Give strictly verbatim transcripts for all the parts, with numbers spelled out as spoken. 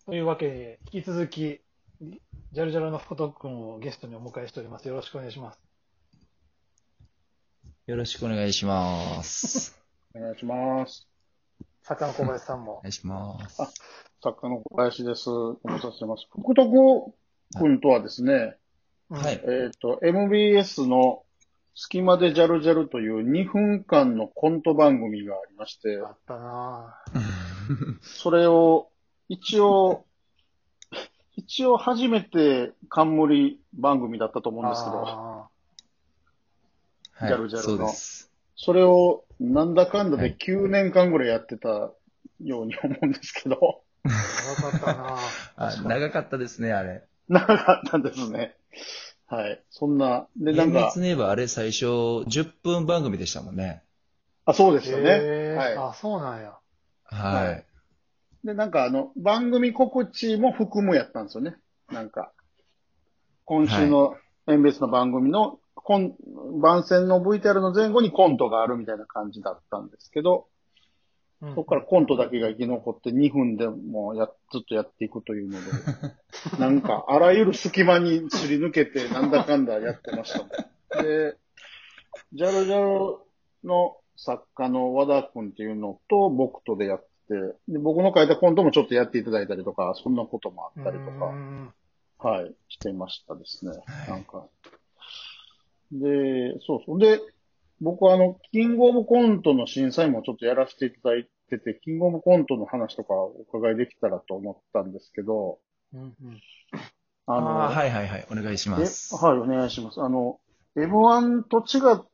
というわけで、引き続き、ジャルジャルのフォト君をゲストにお迎えしております。よろしくお願いします。 よろしくお願いします。 お願いします。 坂野小林さんも。 お願いしまあ、 す。 作家の小林です。ご無沙汰してます。福徳くんとはですね、 うん、 はい。 えっと、エムビーエス の隙間でジャルジャルというにふんかんのコント番組がありまして、 あったなそれを一応、一応初めて冠番組だったと思うんですけど、 あはい。 ジャルジャルそうでの。 す。 それをなんだかんだではい。 きゅうねんかんぐらいやってたように思うんですけど、 あ、長かったなあ、 確かに。 長かったですね、あれ。 長かったですね。はい。そんな、で、な厳んか、 密に言えばあれ最初じゅっぷん番組でしたもんね。 あ、そうでしたね。 へえ、 はい。 あ、そうなんや。 はい。 はい。 で、なんかあの、番組告知も含むやったんですよね。なんか、今はい。 週のエンベースの番組の、コン、番宣の ブイティーアール の前後にコントがあるみたいな感じだったんですけど、 うん、 そこからコントだけが生き残ってにふんでもや、ずっとやっていくというので、なんか、あらゆる隙間にすり抜けて、なんだかんだやってましたもん。で、ジャルジャルの作家の和田くんっていうのと僕とでやってて、で、僕の書いたコントもちょっとやっていただいたりとか、そんなこともあっうーたりとか、 ん。 はい、していましたですね。 はい。 なんか。で、そうそう。で、僕はあの、キングオブコントの審査員もちょっとやらせていただいてて、キングオブコントの話とかお伺いできたらと思ったんですけど、 うん、うん。 ああ、 あの、 はいはいはい。お願いしまえ、 す。 はい、お願いします。あの、エムワン と違って、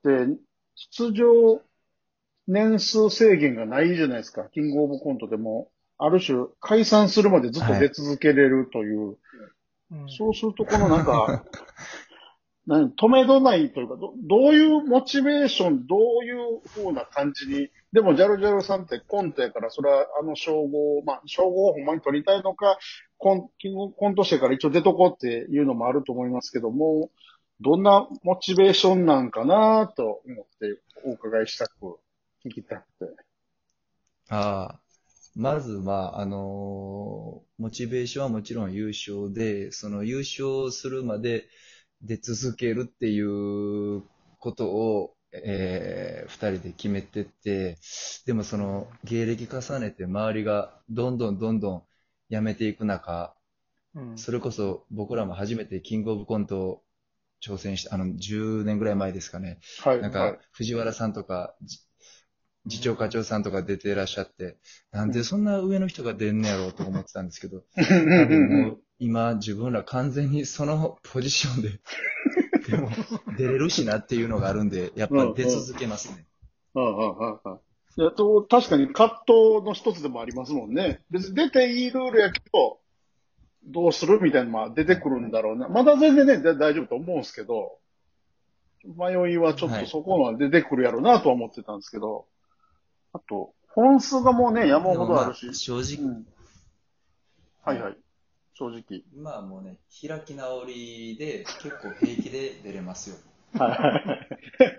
出場年数制限がないじゃないですか。キングオブコントでも、ある種、解散するまでずっと出はい。 続けれるという、 うん、 そうするとこのなんか、何、止めどないというか、ど、どういうモチベーション、どういう風な感じに、でもジャルジャルさんってコントやから、それはあの称号、まあ、称号をほんまに取りたいのか、コン、キングコントしてから一応出とこうっていうのもあると思いますけども、どんなモチベーションなんかなと思ってお伺いしたく、聞きたくて。 ああ。まずは、あのーモチベーションはもちろん優勝で、その優勝するまで出続けるっていうことを、えー、二人で決めてて、でもその芸歴重ねて周りがどんどんどんどん辞めていく中、 うん。 それこそ僕らも初めてキングオブコントを挑戦した、あの、じゅうねんぐらい前ですかね。 はい、 なんか、 はい。 藤原さんとか、 う次長課長ん。 さんとか出ていらっしゃって、なんうん。 でそんな上の人が出んねやろうと思ってたんですけど、多分もう今自分ら完全にそのポジションで、でも出れるしなっていうのがあるんで、やっうん、 ぱ出うん、 続けますね。 うん、うん、うん。いや、と、確かに葛藤の一つでもありますもんね。別に出ていいルールやけど、どうするみたいなのまあ出てくるんだろうな。まだ全然ね、だ大丈夫と思うんですけど、迷いはちょっはい。 とそこは出てくるやろうなとは思ってたんですけど、あと、本数がもうね、山ほでもまあ、 どあるし、 正直、 うん。ははい。 いはい。正直。 まあもうね、開き直りで結構平気で出れますよ。 はいはいはい。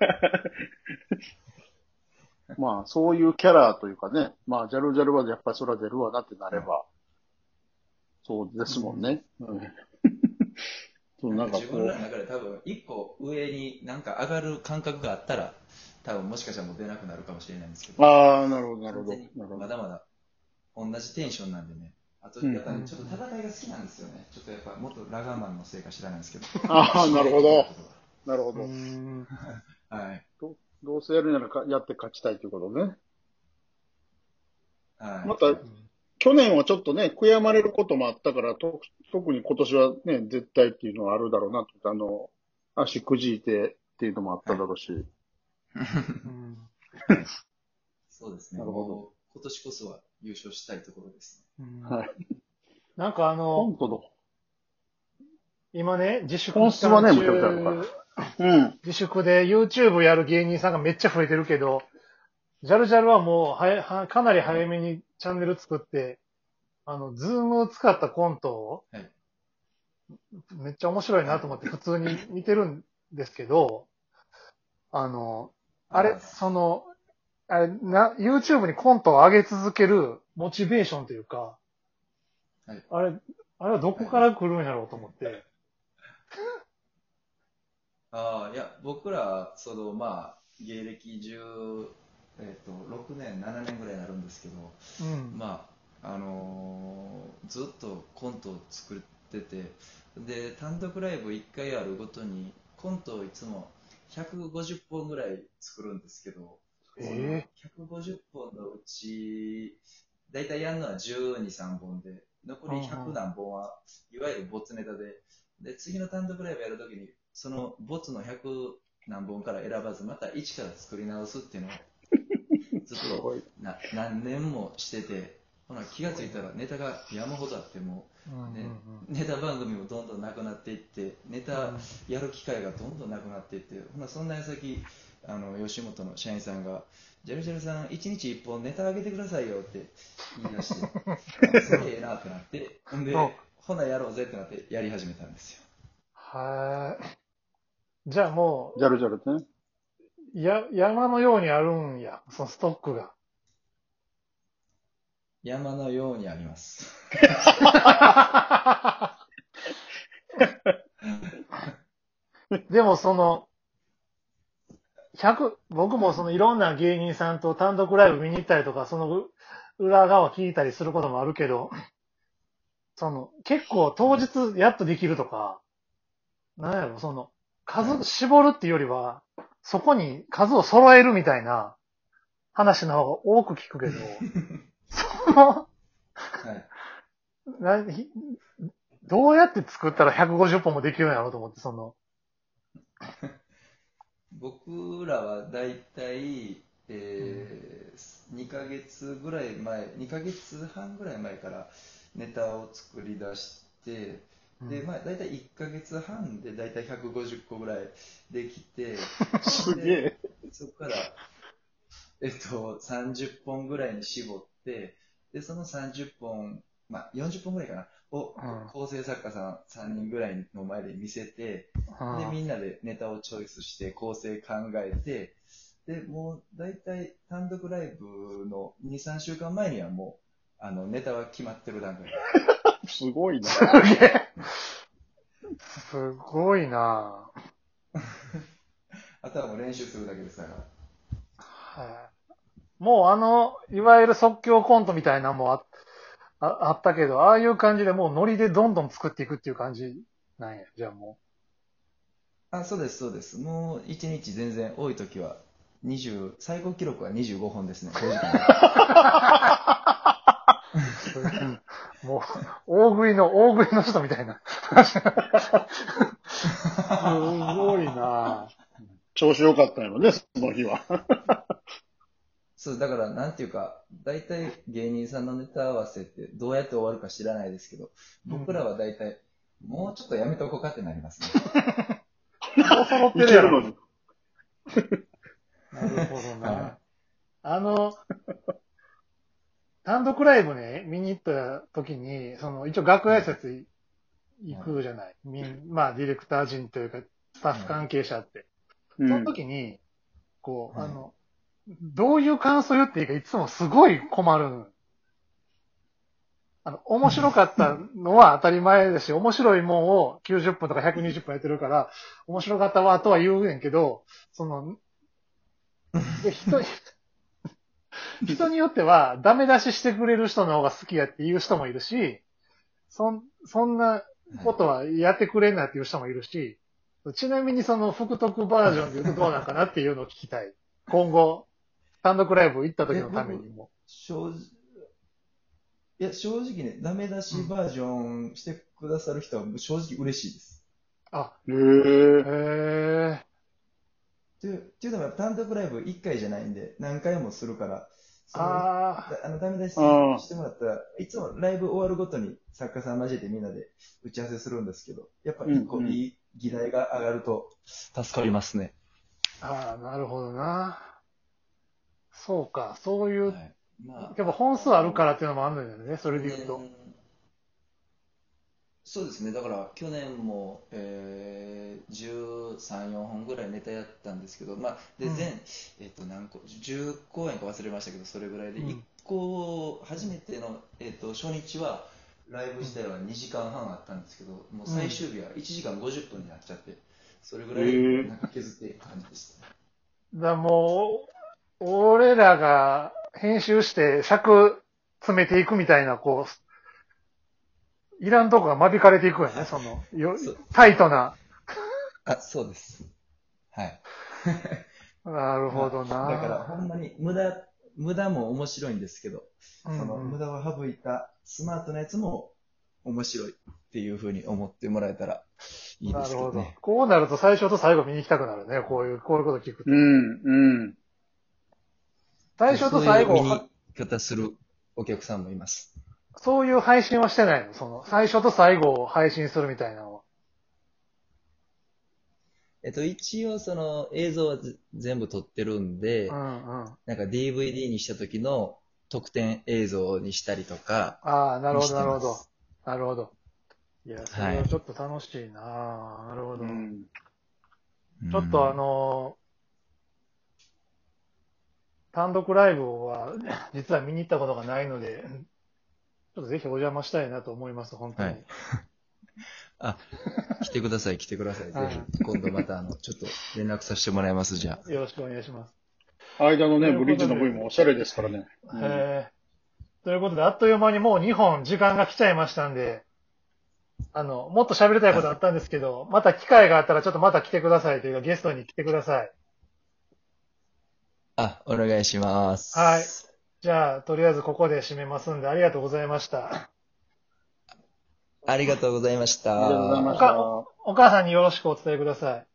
まあ、そういうキャラというかね、まあ、ジャルジャルはやっぱりそれは出るわなってなれはい。 ば、そうでうん。 すもんね。うん。そう、なんなんかかこ自分らの中で多分一個上になんか上がる感覚があったら、多分もしかしたらもう出なくなるかもしれないんですけど、 う、ああ、なるほど、なるほど、 完全になるほど。 まだまだ同じテンションなんでね。あと、 うん、 やっぱうん。 うん。 りちょっと戦いが好きなんですよね。ちょっとやっぱ元ラガーマンのせいか知らないんですけど、 ああ、なる使命ほど。 的なとこなるほうど。 ん。 ろ。はい。 ど、どうせやるならかやって勝ちたいということね。 はい。 また、去年はちょっとね、悔やまれることもあったから、と、特に今年はね、絶対っていうのはあるだろうなと。あの、足くじいてっていうのもあったはい。 だろうし。 うん。 はい。そうですね。 なるほど。 もう今年こそは優勝したいところですうん。 はい。 なんかあの、 コントの今ね、自粛期間本数はね、むちゃくちゃあるから。 中、 うん。 自粛で YouTube やる芸人さんがめっちゃ増えてるけど、ジャルジャルはもうはや、は、かなり早めにチャンネル作って、あの、ズームを使ったコントをね。はい。 めっちゃ面白いはい。 なと思って普通に見てるんですけど、あの、あれ、 あその、あれ、な、YouTube にコントを上げ続けるモチベーションというか、 はい。 あれ、あれはどこから来るんやろうと思って。 ああ、いや、僕ら、その、まあ、芸歴じゅう、えっと、ろくねん、ななねんぐらいになるんですけど、 うん。 まあ、あのーずっとコントを作ってて、で、単独ライブいっかいあるごとに、コントをいつもひゃくごじゅっぽんぐらい作るんですけど、そのええひゃくごじゅっぽんのうち、だいたいやるのはじゅうに、さんぼんで、残りひゃくうんうん。 何本はいわゆるボツネタで、で、次の単独ライブやるときに、そのボツのひゃく何本から選ばず、また一から作り直すっていうのをずっとすごい。 な何年もしてて、ほな気がついたらネタが山ほどあっても、 うんね、 うんネタ番組もどんどんなくなっていって、ネうん。うタん。 やる機会がどんどんなくなっていって、ほなそんな矢先、あの吉本の社員さんが、ジャルジャルさん、いちにちいっぽんネタあげてくださいよって言い出して、あそれええなってなって、ほんそう。 で、ほなやろうぜってなってやり始めたんですよ。 はい。じゃあもジャルジャルってね。 う、や、山のようにあるんや、そのストックが。 山のようにあります。 でもその、ひゃく、僕もそのいろんな芸人さんと単独ライブ見に行ったりとか、その裏側聞いたりすることもあるけど、その、結構当はい。 日やっとできるとか、なんやろ、その、数はい。 絞るっていうよりは、そこに数を揃えるみたいな話の方が多く聞くけど、その、 はい。 なひどうやって作ったらひゃくごじゅっぽんもできるんやろうと思って、その、 僕らはだいたい、 うん、 えー、にかげつぐらい前、にかげつはんぐらい前からネタを作り出して、で、 うん。 まあ、だいたいいっかげつはんでだいたいひゃくごじゅっこぐらいできて、ほんで、 すげえ。 そこから、えっと、さんじゅっぽんぐらいに絞って、で、そのさんじゅっぽん、まあ、よんじゅっぽんぐらいかな、をうん。 構成作家さんさんにんぐらいの前で見せて、で、みんなでネタをチョイスして構成考えて、で、もう大体単独ライブのに、さんしゅうかんまえにはもう、あの、ネタは決まってる段階です。 すごいな。 すげえ。すごいなぁ。 あとはもう練習するだけですから。 はい。もうあの、いわゆる即興コントみたいなのもあ、あ、あったけど、ああいう感じでもうノリでどんどん作っていくっていう感じなんや。じゃあもあ、そうです、そうです。もういちにち全然多い時はにじゅう、最高記録はにじゅうごほんですね、ごじかんで。 う、もう、大食いの、大食いの人みたいな。すごいなぁ。 調子良かったよね、その日は。 そう、だから、なんていうか、大体芸人さんのネタ合わせってどうやって終わるか知らないですけど、 うん。 僕らは大体、もうちょっとやめとこうかってなりますね。 もう揃っいてるやろ。 けるのに。 なるほどな。 はい。 あの、単独ライブね、見に行った時に、その、一応楽屋挨はい。 拶行はい。 くじゃない。みん、まあ、ディレクター陣というか、スタッフ関はい。 係者って。そのうん。 時に、こう、 はい。 あの、どういう感想言っていいかいつもすごい困る。あの、面白かったのは当たり前だし、面白いもんをきゅうじゅっぷんとかひゃくにじゅっぷんやってるから、面白かったわとは言うねんけど、その、で、人、人によってはダメ出ししてくれる人の方が好きやっていう人もいるし、そん、そんなはい。 ことはやってくれんなっていう人もいるし、ちなみにその福徳バージョンで言うとどうなんかなっていうのを聞きたい。今後、単独ライブ行った時え、 のために僕、 も。 正直、いや、正直ね、ダメ出うん。 しバージョンしてくださる人は正直嬉しいです。 あ、 へえ。 へえ。 っていう、っていうのは単独ライブいっかいじゃないんで、何回もするから、その、いあだあの、ダメ出あししあ。 てもらったら、いつもライブ終わるごとに作家さん交えてみんなで打ち合わせするんですけど、やっぱうんうん。 一個いい議題が上がると助かりますね。 あ、ああ、なるほどな。そうか、そういう、 はい。まやっぱあ、あ本数あるからのっていうのもあるんだよね、それ去で言うと。 年、そうですね。だから去年も、えー、じゅうさん、よんほんぐらいネタやったんですけど、まあ、で、 うん、 全、えっと、何個、じゅっこうえんか忘れましたけど、それぐらいで、1 うん、 個、初めての、えっと、初日は、 ライブ自体はにじかんはんあったんですけど、もう最終日はいちじかんごじゅっぷんになっちゃって、それぐらいなんか削っている感じでした。 だからもう、俺らが編集して尺詰めていくみたいな、こう、いらんとこが間引かれていくよね、その、よタイトな。 あ、そうです。はい。 なるほどな、 まあ。だからほんまに無駄、無駄も面白いんですけど、うんうん、その無駄を省いたスマートなやつも面白いっていうふうに思ってもらえたらいいですけどね。なるほど。 こうなると最初と最後見に行きたくなるね。こういう、こういうこと聞くと。 うん、うん。 最初と最後そういう見に方するお客さんもいます。 そういう配信はしてないの？その、最初と最後を配信するみたいなのは。 えっと、一応その映像は全部撮ってるんで、うんうん、なんか ディーブイディー にした時の特典映像にしたりとか。 ああ、なるほど、なるほど。なるほど。いや、それはちょっと楽しいな、はい、なるほど。うん、ちょっとあのー、単独ライブは実は見に行ったことがないので、ちょっとぜひお邪魔したいなと思います、本当に。はい、 あ、来てください、来てください。ぜひ、今度また、あの、ちょっと連絡させてもらいます、じゃあ。よろしくお願いします。 間のね、ブリッジの部位もおしゃれですからね。 へー。ということで、あっという間にもうにほん時間が来ちゃいましたんで、あの、もっと喋りたいことあったんですけど、また機会があったらちょっとまた来てくださいというか、ゲストに来てください。 あ、お願いします。 はい。じゃあ、とりあえずここで締めますんで、ありがとうございました。 ありがとうございました。 ありがとうございました。 お, お母さんによろしくお伝えください。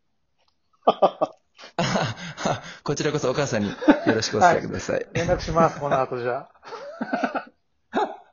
こちらこそお母さんによろしくお伝えください。はい、 連絡します、この後じゃあ。